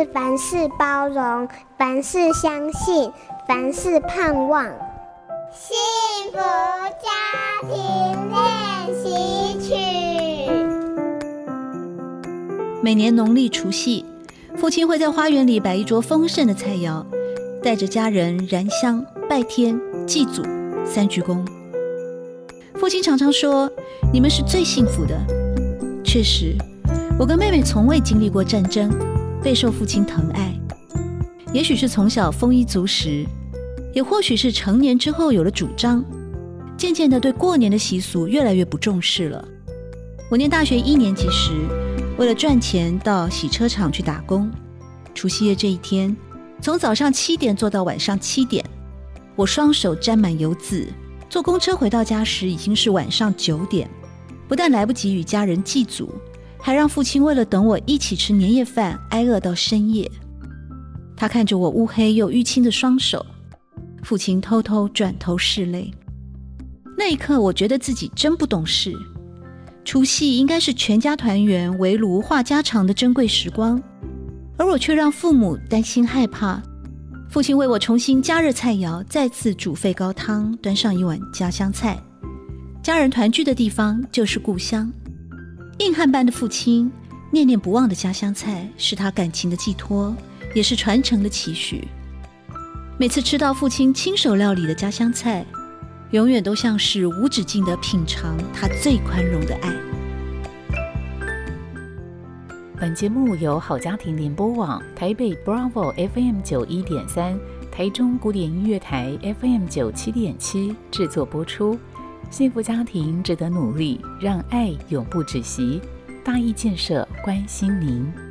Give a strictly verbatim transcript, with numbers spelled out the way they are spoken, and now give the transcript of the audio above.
是凡事包容，凡事相信，凡事盼望。幸福家庭练习曲。 每年农历除夕，父亲会在花园里摆一桌丰盛的菜肴，带着家人燃香拜天祭祖三鞠躬。父亲常常说，你们是最幸福的。确实，我跟妹妹从未经历过战争，备受父亲疼爱。也许是从小丰衣足食，也或许是成年之后有了主张，渐渐的对过年的习俗越来越不重视了。我念大学一年级时，为了赚钱到洗车场去打工。除夕夜这一天，从早上七点做到晚上七点，我双手沾满油渍，坐公车回到家时已经是晚上九点。不但来不及与家人祭祖，还让父亲为了等我一起吃年夜饭挨饿到深夜。他看着我乌黑又淤青的双手，父亲偷偷转头拭泪。那一刻我觉得自己真不懂事。除夕应该是全家团圆围炉话家常的珍贵时光，而我却让父母担心害怕。父亲为我重新加热菜肴，再次煮沸高汤，端上一碗家乡菜。家人团聚的地方就是故乡。硬汉般的父亲，念念不忘的家乡菜是他感情的寄托，也是传承的期许。每次吃到父亲亲手料理的家乡菜，永远都像是无止境的品尝他最宽容的爱。 本节目由好家庭联播网、台北 Bravo F M 九一点三、台中古典音乐台 F M 九七点七制作播出。幸福家庭值得努力，让爱永不止息。大义建设关心您。